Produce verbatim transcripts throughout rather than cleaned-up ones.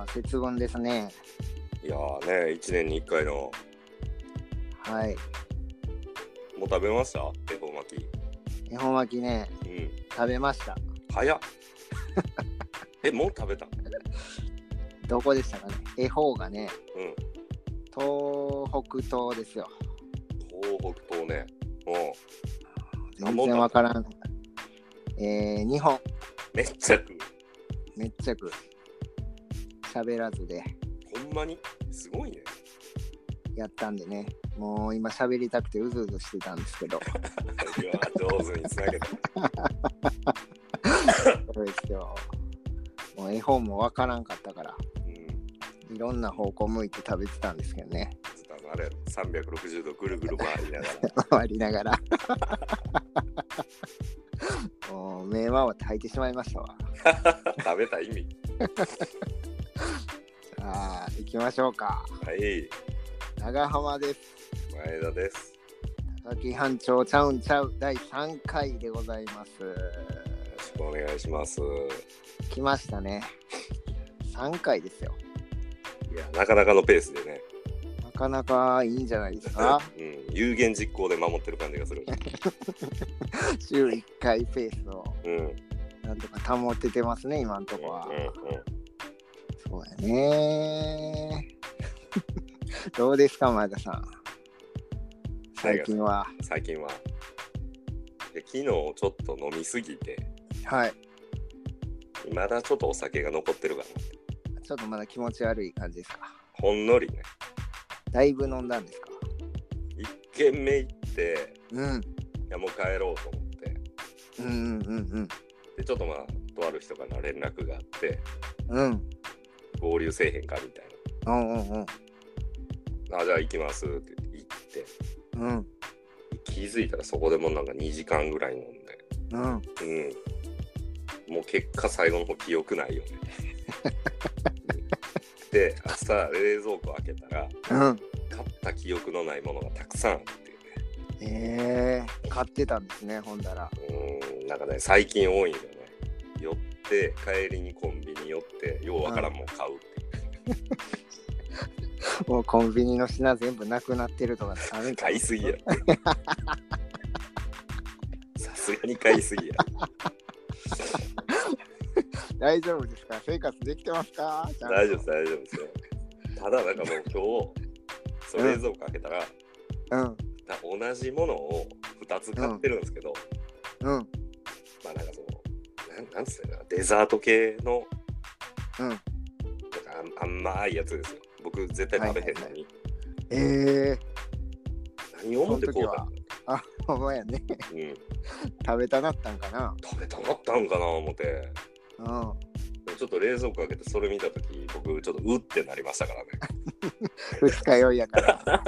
は節分ですね。 いやーね、いちねんにいっかいの。 はい。 もう食べました？恵方巻き。 恵方巻きね、 うん。 食べました。 早っ。え、もう食べた？ どこでしたかね。恵方がね、 うん。 東北東ですよ。 東北東ね。う全然わからん。えー、日本。 めっちゃ食う。 めっちゃ食う。喋らずで。 ほんまにすごいね。 やったんでね。もう今喋りたくてうずうずしてたんですけど。 いや、上手につなげた。 そうですよ。もう絵本もわからんかったから、うん、いろんな方向向いて食べてたんですけどね。 あれさんびゃくろくじゅうどぐるぐる回りながら回りながらもう目回って吐いてしまいましたわ。 食べた意味。 さあ行きましょうか。 はい、 長浜です。 前田です。 高木班長ちゃうんちゃうだいさんかいでございます。よろしくお願いします。 来ましたね。さんかいですよ。 いや、なかなかのペースでね。 なかなかいいんじゃないですか。 うん、有言実行で守ってる感じがする。 週いっかいペースを、 うん、 なんとか保っててますね、今のところは。 うんうんうん、 そうやね。どうですか、前田さん。最近は。 最近は。昨日ちょっと飲みすぎて。 はい。 まだちょっとお酒が残ってるかな。 ちょっとまだ気持ち悪い感じですか。 ほんのりね。 だいぶ飲んだんですか。 一軒目行って、 うん。いやもう帰ろうと思って。 うんうんうんうん。 でちょっとまあとある人から連絡があって、 うん。 合流せえへんかみたいな。うんうんうん。あ、 じゃあ行きますって言って、 うん。 気づいたらそこでもなんかにじかんぐらい飲んで、 うん。うん。 もう結果最後の方記憶ないよね。で朝冷蔵庫開けたら、うん、買った記憶のないものがたくさんあってね。 えー、買ってたんですね、ほんだら。 うん、なんかね最近多いんだよね。寄って帰りにコンビニ寄ってようわからんもん買うっていう、 うん、もうコンビニの品全部なくなってるとかあるんか。 買いすぎや。さすがに買いすぎや。 大丈夫ですか？生活できてますか？ 大丈夫です大丈夫ですよ。ただなんかもう今日それ冷蔵庫開けたら、うん、同じものをふたつ買ってるんですけど、うん、うん、まあなんかそのなんなんつうのかな、デザート系の、うん、なんかあん甘いやつですよ。僕絶対食べへんのに、はいはいはい、えー、何を思ってこうだ。 あ、ほんまやね、うん、食べたなったんかな食べたなったんかな思って、うん、ちょっと冷蔵庫開けてそれ見たとき僕ちょっとうってなりましたからね。 二日酔いやから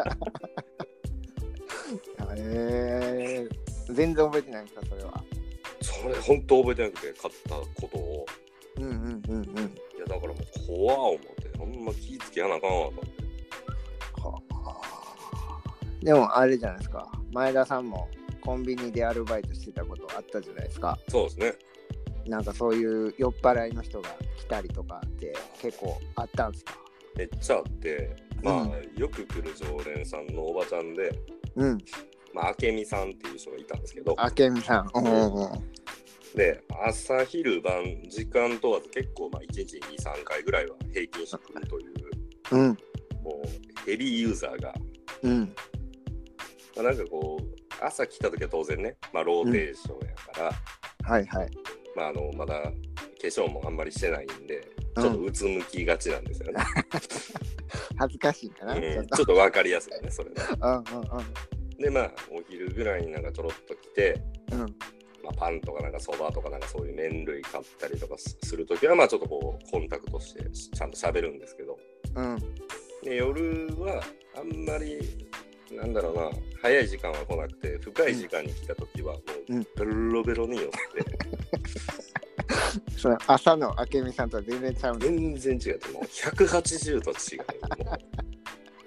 えー、全然覚えてないんですかそれは。 それ本当覚えてなくて買ったことを。 うんうんうんうん。いやだからもう怖っ思ってほんま気ぃつけやなあかんわと思って。はあ、でもあれじゃないですか、前田さんもコンビニでアルバイトしてたことあったじゃないですか。 そうですね。 なんかそういう酔っ払いの人が来たりとかって結構あったんですか？ めっちゃあって、まあ、うん、よく来る常連さんのおばちゃんで、うん、まあ明美さんっていう人がいたんですけど、 明美さん、うんうんうん、 で朝昼晩時間問わず結構まあいちにちに、さんかいぐらいは平均してくるという、うん、もうヘビーユーザーが、うん、まあ、なんかこう朝来た時は当然ね、まあ、ローテーションやから、うん、はいはい、まあ、あのまだ化粧もあんまりしてないんでちょっとうつむきがちなんですよね。 恥ずかしいかな、うん、 ちょっと分かりやすいねそれで。 うんうんうん、 でまあお昼ぐらいになんかちょろっと来て、うん、まあ、パンとかなんかそばとかなんかそういう麺類買ったりとかするときはまあちょっとこうコンタクトしてちゃんと喋るんですけど、うん、で夜はあんまりなんだろうな、早い時間は来なくて深い時間に来たときはもうベロベロに酔って、 うん、その朝の明美さんとは全然ちゃう。 全然違う。もうひゃくはちじゅうど違う。もう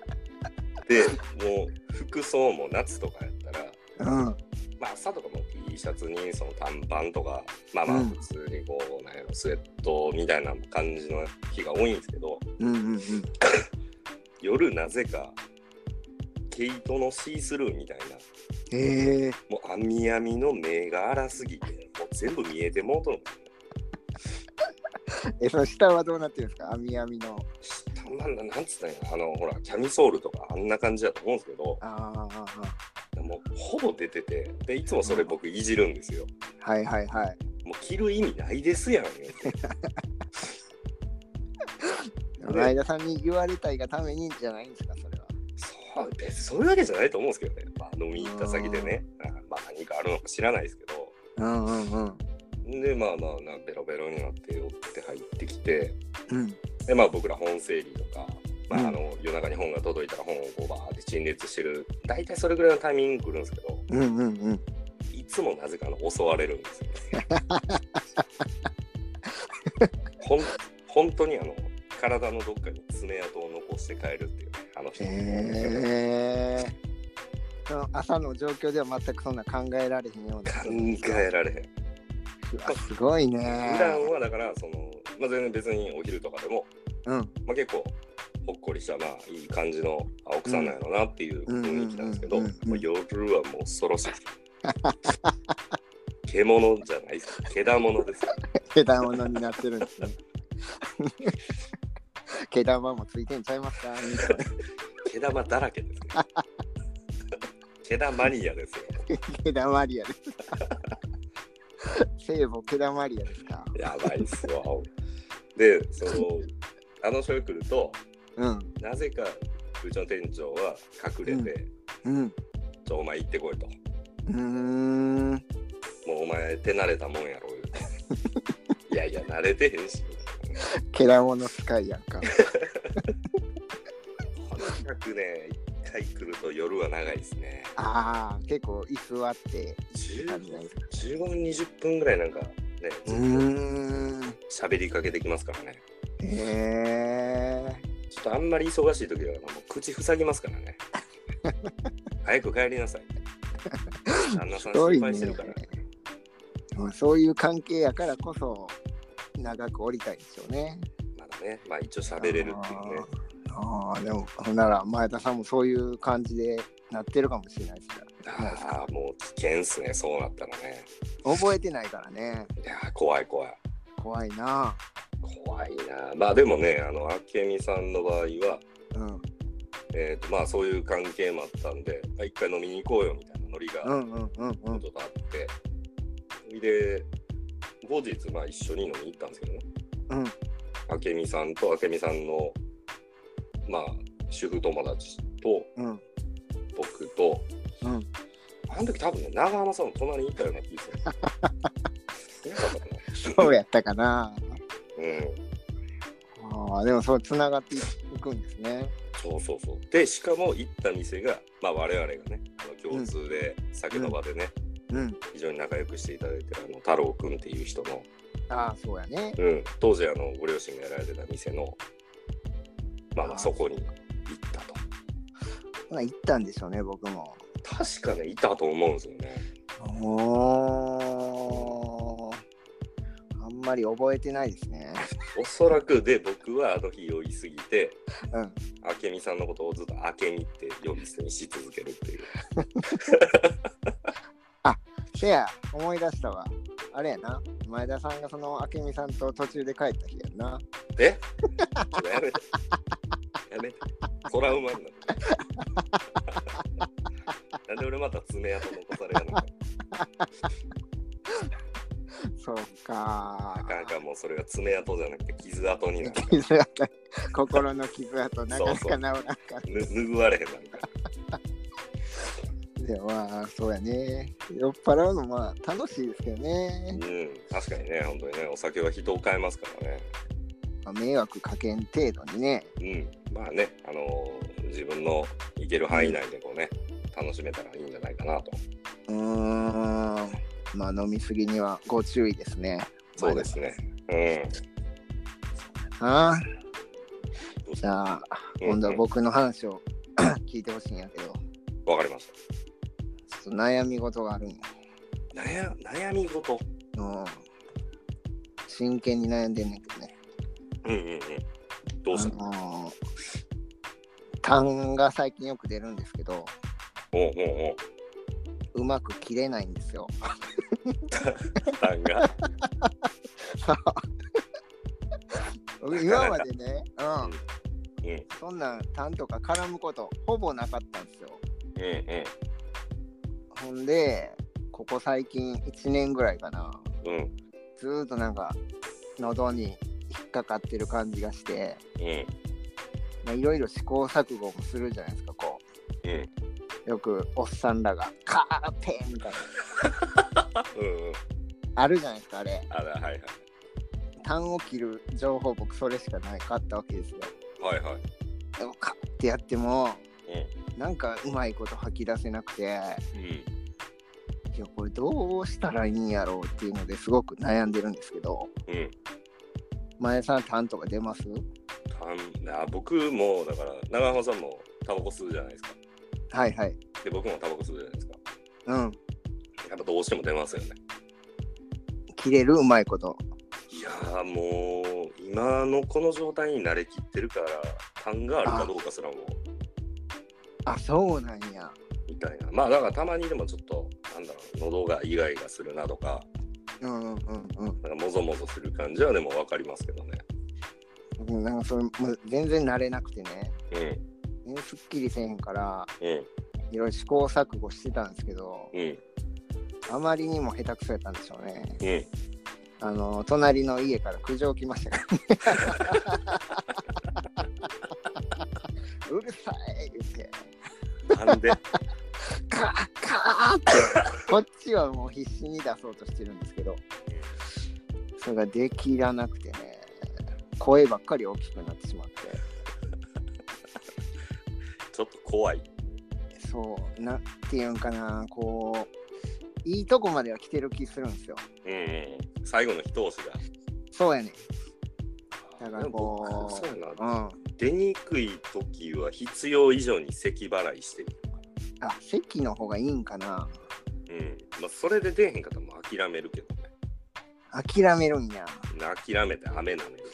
でもう服装も夏とかやったら、うん、まあ朝とかもいいシャツにその短パンとか、まあまあ普通にこう、うん、なんやろスウェットみたいな感じの日が多いんですけど、 うんうんうん、 夜なぜか毛糸のシースルーみたいな、 えー、 もう網網の目が荒すぎてもう全部見えてもうとるんですよ。 え、その下はどうなってるんですか？網網の下なんだ、なんつったんや、あのほらキャミソールとかあんな感じだと思うんですけど、 ああ、 もうほぼ出てて、でいつもそれ僕いじるんですよ。 はいはいはい。 もう着る意味ないですやん。 前田さんに言われたいがためにじゃないんですか、それは。 そう別にそういうわけじゃないと思うんですけどね。まあ、飲み行った先でね、まあ何かあるのか知らないですけど。 うんうんうん。 でまあまあなベロベロになって寄って入ってきて、 うん、でまあ僕ら本整理とか、まあ、あの夜中に本が届いたら本をこうバーって陳列してる、大体それぐらいのタイミング来るんですけど、 うんうんうん、 いつもなぜかの襲われるんですよ。ほん本当にあの体のどっかに爪痕を残して帰るっていうね、あの人。 へー、その朝の状況では全くそんな考えられへんような。 考えられへん。 すごいね。 普段はだからその、まあ、全然別にお昼とかでも、 うん、まあ、結構ほっこりした、まあいい感じの青木さんなんやろなっていう雰囲気なんですけど、夜はもう恐ろしいです。獣じゃないです。けだものです。 けだものになってるんですね。毛玉もついてんちゃいますか？ 毛玉だらけですね。毛玉マニアですよ。 毛玉マリアです。聖母毛玉マリアですか？ やばいっすわ。で、そのあの人が来ると、うん、なぜかうちの店長は隠れて、うんうん、ちょお前行ってこいと。うーん、もうお前手慣れたもんやろうよ。いやいや慣れてへんし。 けだもの使いやんか。 とにかくね、一回来ると夜は長いですね。ああ、結構居座ってじゅうごふんにじゅっぷんぐらいなんかね、ずっと喋りかけてきますからね。へえ。ちょっとあんまり忙しい時はもう口塞ぎますからね。早く帰りなさい。旦那さん心配してるから。 ね、そういう関係やからこそ長く降りたいんでしょうね。 まだね、まあ一応喋れるっていうね。 ああ、でもほんなら前田さんもそういう感じでなってるかもしれないですから。 ああ、もう危険っすね、そうなったらね。 覚えてないからね。 いや怖い怖い。 怖いな。 怖いな。まあでもね、あの明美さんの場合は、うん、えっとまあそういう関係もあったんで、一回飲みに行こうよみたいなノリがちょっとあって、で後日まあ一緒に飲みに行ったんですけどね。うん。明美さんと明美さんのまあ主婦友達と、うん、僕と、うん、あの時多分ね長浜さんの隣にいたような気がする。 そうやったかな。うん。ああ、でもそうつながっていくんですね。 そうそうそう。でしかも行った店がまあ我々がねあの共通で酒の場でね、うんうん、非常に仲良くしていただいてるあの太郎くんっていう人の、 ああそうやね。 うん。当時あのご両親がやられてた店のまあまあそこに行ったと。 まあ行ったんでしょうね僕も。 確かねいたと思うんですよね。 おー、あんまり覚えてないですね。 おそらくで僕はあの日酔いすぎて、うん、明美さんのことをずっと明美って呼び捨てにし続けるっていう。 あ、せや思い出したわ。あれやな、前田さんがその明美さんと途中で帰った日やな。 え？やめて。やめて。トラウマになる。なんで俺また爪痕残されるのか。 そうか。 なかなかもうそれが爪痕じゃなくて傷跡になる。 傷跡。心の傷跡なかなか治らんかった。 拭われへんなんか。 いやまあそうやね。酔っ払うのまあ楽しいですけどね。 うん、確かにね、本当にね、お酒は人を変えますからね。 まあ、迷惑かけん程度にね。 うん、まあね、あのー、自分のいける範囲内でこうね、楽しめたらいいんじゃないかなと。 うーん、まあ飲みすぎにはご注意ですね。 そうですね。 うん。ああ。じゃあ、今度は僕の話を聞いてほしいんやけど。 わかりました。 ちょっと悩み事があるんや。 悩悩み事、 うん、真剣に悩んでんねんけどね。 うんうんうん。どうしたの？ あのー、痰が最近よく出るんですけど、 おうおうおう、 うまく切れないんですよ。 痰が今までね、うん、うん、そんな痰とか絡むことほぼなかったんですよ。 うんうん。 ほんでここ最近いちねんぐらいかな、 うん、 ずーっとなんか喉に引っかかってる感じがして、うん、まあいろいろ試行錯誤もするじゃないですか、こう、うん、よくおっさんらがカーペンみたいなうん、うん、あるじゃないですか、あれ。 あら、はいはい。 痰を切る情報僕それしかないかったわけですよ。 はいはい。 でもカーってやっても、うん、なんかうまいこと吐き出せなくて、うん、いやこれどうしたらいいんやろうっていうのですごく悩んでるんですけど、うん、前さん痰とか出ます？ 痰、あ、僕もだから長濱さんもタバコ吸うじゃないですか。 はいはい。 で僕もタバコ吸うじゃないですか。 うん。やっぱどうしても出ますよね。 切れる、うまいこと。 いやーもう今のこの状態に慣れきってるから痰があるかどうかすらも。 あ、そうなんや。 みたいな。まあだからたまにでもちょっとなんだろう、喉がイガイガするなとか、うんうんうんうん、なんかもぞもぞする感じはでも分かりますけどね。 うん、なんかそれもう全然慣れなくてね。うん。すっきりせえへんから、うん、いろいろ試行錯誤してたんですけど、うん、あまりにも下手くそやったんでしょうね。うん、あの隣の家から苦情来ましたからね。うるさい言って。なんでカーカーってこっちはもう必死に出そうとしてるんですけど、それができらなくてね、声ばっかり大きくなってしまって、 ちょっと怖い。 そうなんていうんかな、こういいとこまでは来てる気するんですよ。 うん、最後の一押しが。 そうやね。だからこう、 そうやな、うん、出にくい時は必要以上に咳払いしてる。 あ、咳の方がいいんかな。 うん、まあそれで出へんかったらもう諦めるけどね。 諦めるんや。 諦めて雨なめる。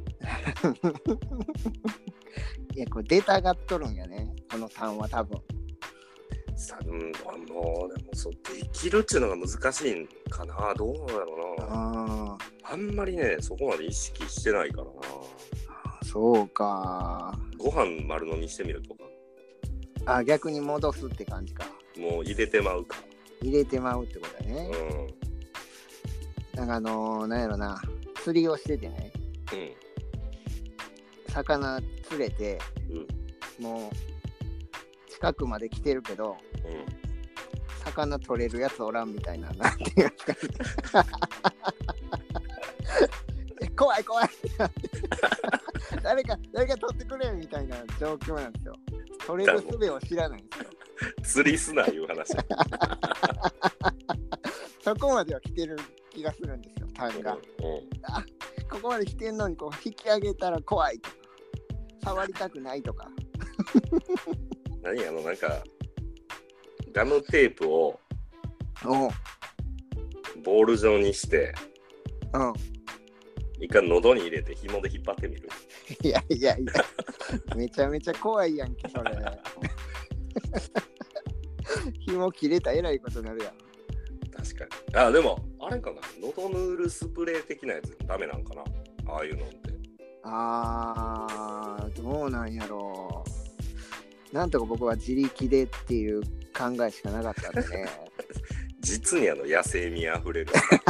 いや、これ出たがっとるんやね、この痰は多分。 さ、うん、もうでもそうできるっていうのが難しいんかな、どうなんだろうな。ああんまりねそこまで意識してないからな。 あ、そうか。 ご飯丸飲みしてみるとか。 あ、逆に戻すって感じか。 もう入れてまうか。 入れてまうってことだね。うん。なんかあのー、なんやろな、釣りをしててね。うん。魚釣れて、うん、もう近くまで来てるけど、うん、魚取れるやつおらんみたいな、なんていうか怖い怖い誰か誰か取ってくれみたいな状況なんですよ。取れる術を知らないんですよ。 釣りすないう話。 そこまでは来てる気がするんですよ、単が、うんうん、あ、ここまで来てんのにこう引き上げたら怖いとか、触りたくないとか。 何あのなんかガムテープをボール状にして、うん、一回喉に入れて紐で引っ張ってみる。 いやいやいや、めちゃめちゃ怖いやんけそれ。紐切れたらえらいことになるやん。 確かに。あ、でもあれかな、喉ヌールスプレー的なやつダメなんかな、ああいうのって。 あー、どうなんやろう。なんとか僕は自力でっていう考えしかなかったんでね。 実にあの野生味あふれる。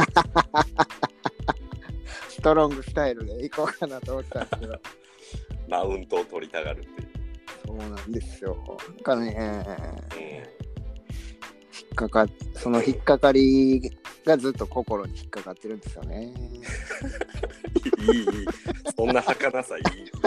ストロングスタイルでいこうかなと思ったんですけど。 マウントを取りたがるっていう。 そうなんですよ。なんかね、うん、引っかかその引っかかりがずっと心に引っかかってるんですよね。 いいいい、そんな儚さいい。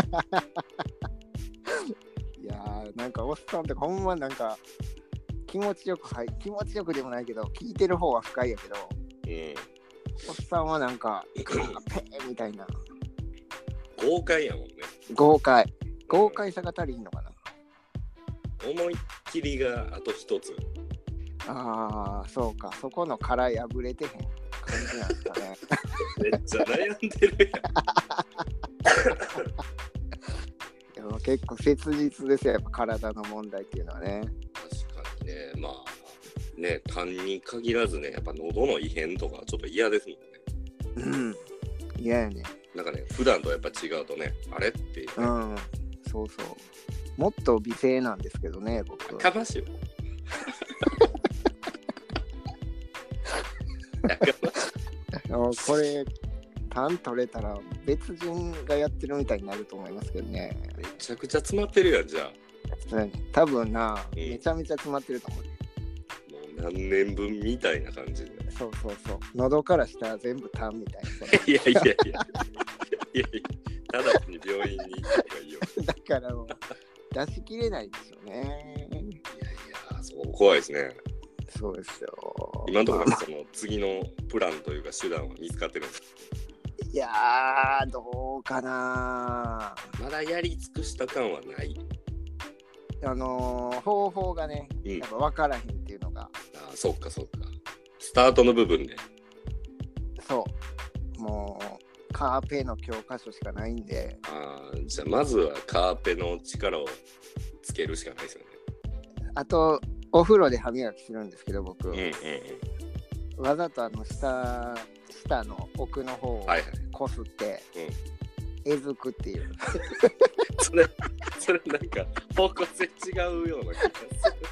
いやー、なんかおっさんってほんまなんか気持ちよく、はい、気持ちよくでもないけど聞いてる方は不快やけど、うん、おっさんはなんかペーみたいな。 豪快やもんね。 豪快豪快さが足りんのかな。 思いっきりがあと一つ。 ああ、そうか。そこの殻破れてへん感じなんですかね。 めっちゃ悩んでるやん。でも結構切実ですよ、やっぱ体の問題っていうのはね。 確かにね、まあね、痰に限らずね、やっぱ喉の異変とかちょっと嫌ですもんね。 うん。嫌やね。 なんかね、普段とやっぱ違うとね、あれっていう、ね。 うん。そうそう。もっと美声なんですけどね、僕は。 かましよ。 これ痰取れたら別人がやってるみたいになると思いますけどね。 めちゃくちゃ詰まってるやんじゃあ。 多分な、 うん、 めちゃめちゃ詰まってると思う。 もう何年分みたいな感じで。 そうそうそう。喉から下は全部痰みたいな。 いやいやいやいやいやいや、直ちに病院に行った方がいいよ。 だからもう出しきれないですよね。いやいや、そう怖いですね。 そうですよ。 今のところその次のプランというか手段は見つかってるんですか？ いやー、どうかな。 まだやり尽くした感はない。 あのー、方法がね、うん、やっぱ分からへんっていうのが。 ああ、そうかそうか。スタートの部分で。 そう。もうカーペの教科書しかないんで。 ああ、じゃあまずはカーペの力をつけるしかないですよね。あとお風呂で歯磨きするんですけど僕、うんうんうん、わざとあの下下の奥の方をこすって、はいはい、うん、えずくっていうそれそれなんか方向性違うような気がす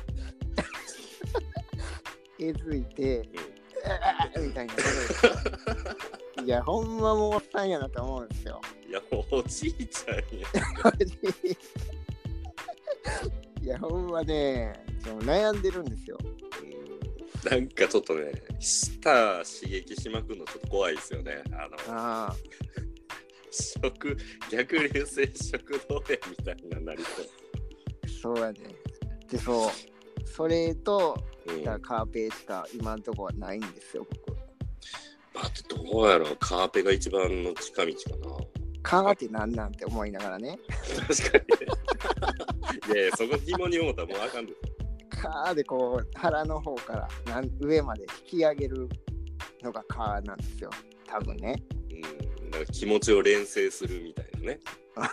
るえずいて、うん、みたいなこといやほんまもうおっさんやなと思うんですよ。 いやもうおじいちゃんやいやほんまね悩んでるんですよ。 うん、なんかちょっとね舌刺激しまくるのちょっと怖いですよね。あのあ食逆流性食道炎みたいななりそうそうやね。でそうそれと、うん、カーペしか今のところはないんですよ僕。 まあどうやろう、カーペが一番の近道かな。 カーってなんなんて思いながらね。 確かにね。いやいやそこ疑問に思ったらもうあかんです。 カーでこう腹の方からなん上まで引き上げるのがカーなんですよ多分ね。 うん、だから気持ちを連成するみたいなね。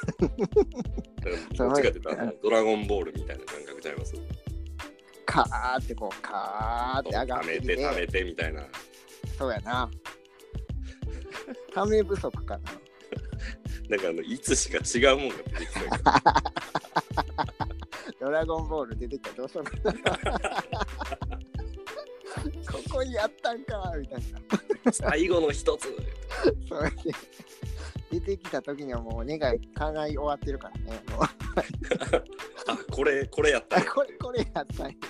どっちかって言ったらドラゴンボールみたいな感覚ちゃいます？ カーってこうカーって上がってきて溜めて溜めてみたいな。 そうやな。ため不足かな。 なんかあのいつしか違うもんが出てきたドラゴンボール出てきたらどうしようかな。ここにあったんかみたいな。 最後の一つ。 そう出てきた時にはもう願い叶い終わってるからね。もうあこれこれやったんや。 これこれやったんや。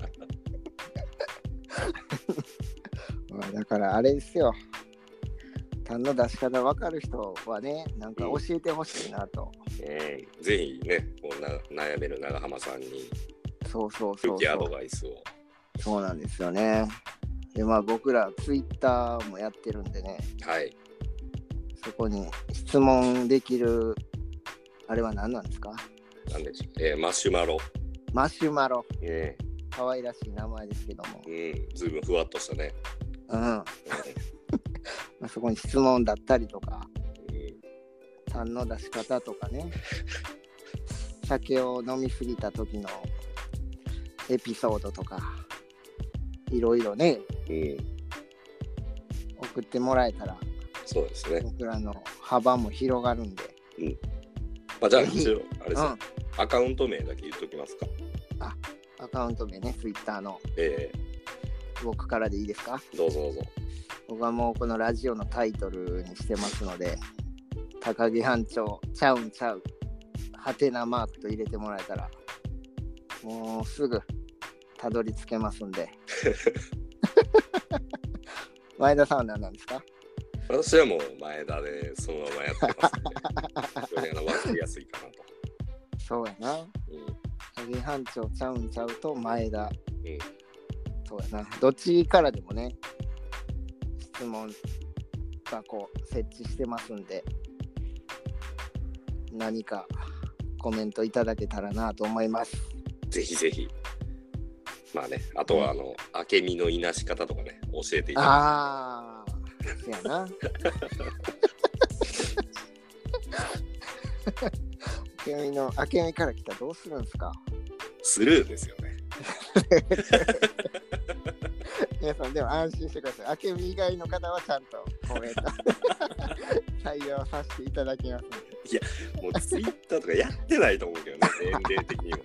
まあだからあれですよ。痰の出し方分かる人はね、なんか教えてほしいなと、 うんうん。ぜひね、こうな悩める長浜さんに、 そうそうそうそう、アドバイスを。 そうなんですよね。で、まあ僕らツイッターもやってるんでね、 はい。 そこに質問できる、あれは何なんですか？ なんでしょう、えー、マシュマロ。 マシュマロ。 ええ。 可愛らしい名前ですけども。 うん、ずいぶんふわっとしたね。 うん。まあそこに質問だったりとか、痰、うん、の出し方とかね、酒を飲みすぎた時のエピソードとか、いろいろね、うん、送ってもらえたら、 そうですね。 僕らの幅も広がるんで。 うん。まあ、じゃあ一応あれですよ、うん、アカウント名だけ言っときますか。 あ、アカウント名ね、ツイッターの。 ええー。僕からでいいですか？ どうぞどうぞ。 僕はもうこのラジオのタイトルにしてますので、高木班長、ちゃうんちゃう、はてなマークと入れてもらえたら、もうすぐたどり着けますんで。前田さんは何なんですか？ 私はもう前田でそのままやってますので、それが分かりやすいかなと。 そうやな。うん、高木班長、ちゃうんちゃうと前田。うん、そうやな。どっちからでもね、質問箱設置してますんで、何かコメントいただけたらなと思います。 ぜひぜひ。 まあね、あとはあの、あけみのいなし方とかね、教えていただいて。 ああ、そうやな。あけみの、あけみから来たらどうするんですか？ スルーですよね。 皆さんでも安心してください。あけみ以外の方はちゃんとコメント採用させていただきます。 いや、もうツイッターとかやってないと思うけどね、年齢的にもね。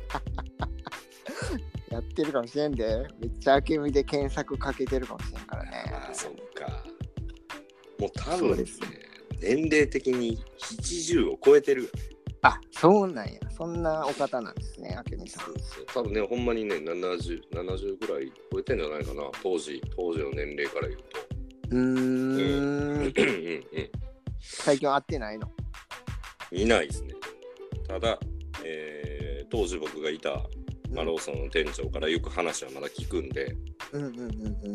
やってるかもしれんで、めっちゃあけみで検索かけてるかもしれんからね。 ああ、そっか。もう多分ですね、年齢的にはちじゅうを超えてるよね。 あ、そうなんや。そんなお方なんですね、あけみさん。 そうそう、多分ね、ほんまにね、ななじゅう、ななじゅうぐらい超えてんじゃないかな、当時、当時の年齢から言うと。 うーん。うんうんうん。最近は会ってないの？ いないですね。ただ、えー、当時僕がいた、まあ、ローソンの店長からよく話はまだ聞くんで、 うんうんうんうん。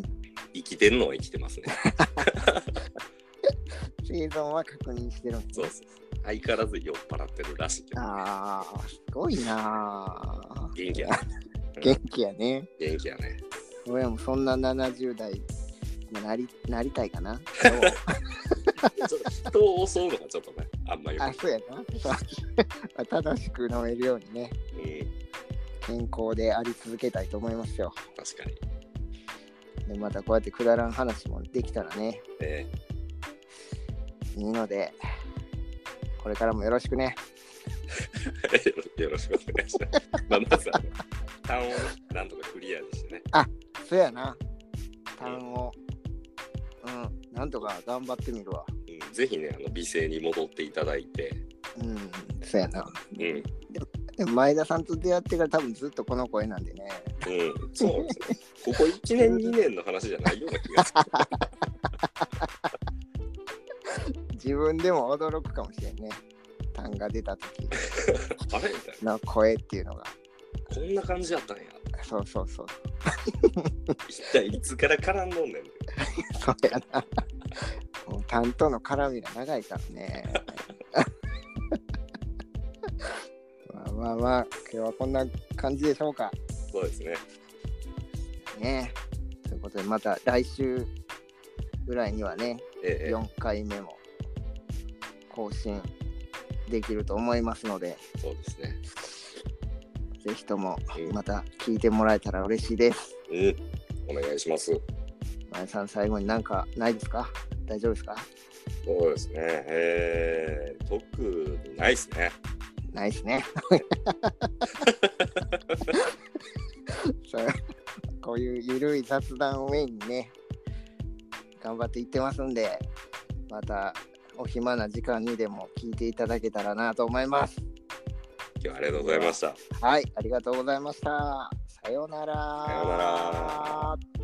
生きてるのは生きてますね。 生存は確認してるんです。 そうそうそう。相変わらず酔っ払ってるらしいけど。 ああ、すごいなー。 元気やね。 元気やね。 元気やね。 俺もそんなななじゅう代になり、なりたいかな。 ちょっと人を襲うのがちょっとね、あんまり。 あ、そうやな。正しく飲めるようにね、うん、健康であり続けたいと思いますよ。 確かに。 でまたこうやってくだらん話もできたらね、えー、いいのでこれからもよろしくね。 よろしくお願いします。まあ、まずは単をなんとかクリアにしてね。 あ、そうやな。単を、うん、うん、なんとか頑張ってみるわ。 うん、ぜひね、あの美声に戻っていただいて。 うん、そうやな。うん。でも、でも前田さんと出会ってから多分ずっとこの声なんでね。 うん、そうですね。ここいちねんにねんの話じゃないような気がする。 自分でも驚くかもしれんね。単が出た時あれみたいなの声っていうのがこんな感じやったんや。 そうそうそう。 一体いつから絡んどんねん。 そうやな。もう単との絡みが長いからね。まあまあまあ今日はこんな感じでしょうか。 そうですね。 ねということでまた来週ぐらいにはね、ええ、よんかいめも更新できると思いますので、 そうですね。 ぜひともまた聞いてもらえたら嬉しいです。 うん、お願いします。 前さん最後に何かないですか？大丈夫ですか？ そうですね。えー、特にないですね。 ないですね。そうこういうゆるい雑談をメインにね頑張っていってますんで、またお暇な時間にでも聞いていただけたらなと思います。 今日はありがとうございました。 はい、ありがとうございました。さようなら。 さようなら。